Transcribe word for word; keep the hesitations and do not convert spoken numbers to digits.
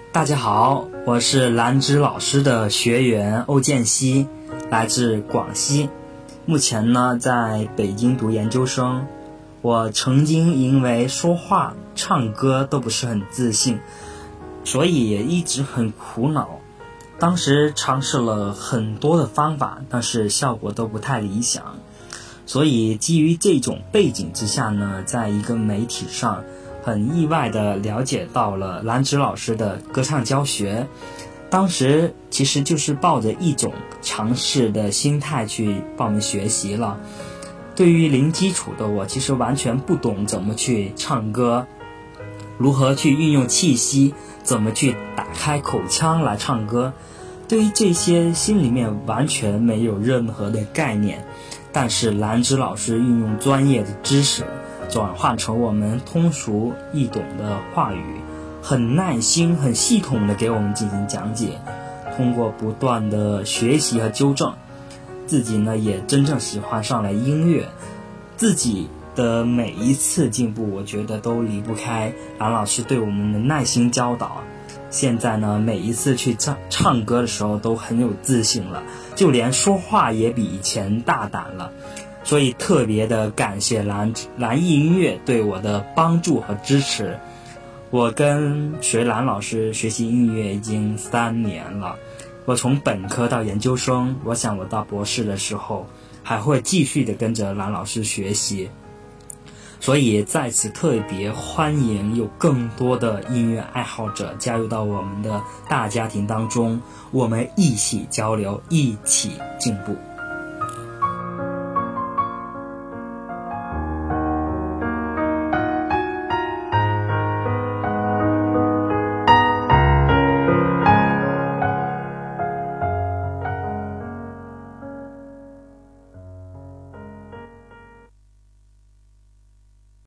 大家好，我是兰芝老师的学员欧建熙，来自广西，目前呢在北京读研究生。我曾经因为说话、唱歌都不是很自信，所以也一直很苦恼。当时尝试了很多的方法，但是效果都不太理想。所以基于这种背景之下呢，在一个媒体上很意外地了解到了兰芝老师的歌唱教学。当时其实就是抱着一种尝试的心态去报名学习了。对于零基础的我，其实完全不懂怎么去唱歌，如何去运用气息，怎么去打开口腔来唱歌，对于这些心里面完全没有任何的概念。但是兰芝老师运用专业的知识转换成我们通俗易懂的话语，很耐心很系统的给我们进行讲解。通过不断的学习和纠正，自己呢也真正喜欢上了音乐。自己的每一次进步，我觉得都离不开兰老师对我们的耐心教导。现在呢，每一次去唱唱歌的时候都很有自信了，就连说话也比以前大胆了。所以特别的感谢蓝蓝艺音乐对我的帮助和支持。我跟学兰老师学习音乐已经三年了，我从本科到研究生，我想我到博士的时候还会继续的跟着兰老师学习。所以在此特别欢迎有更多的音乐爱好者加入到我们的大家庭当中，我们一起交流，一起进步。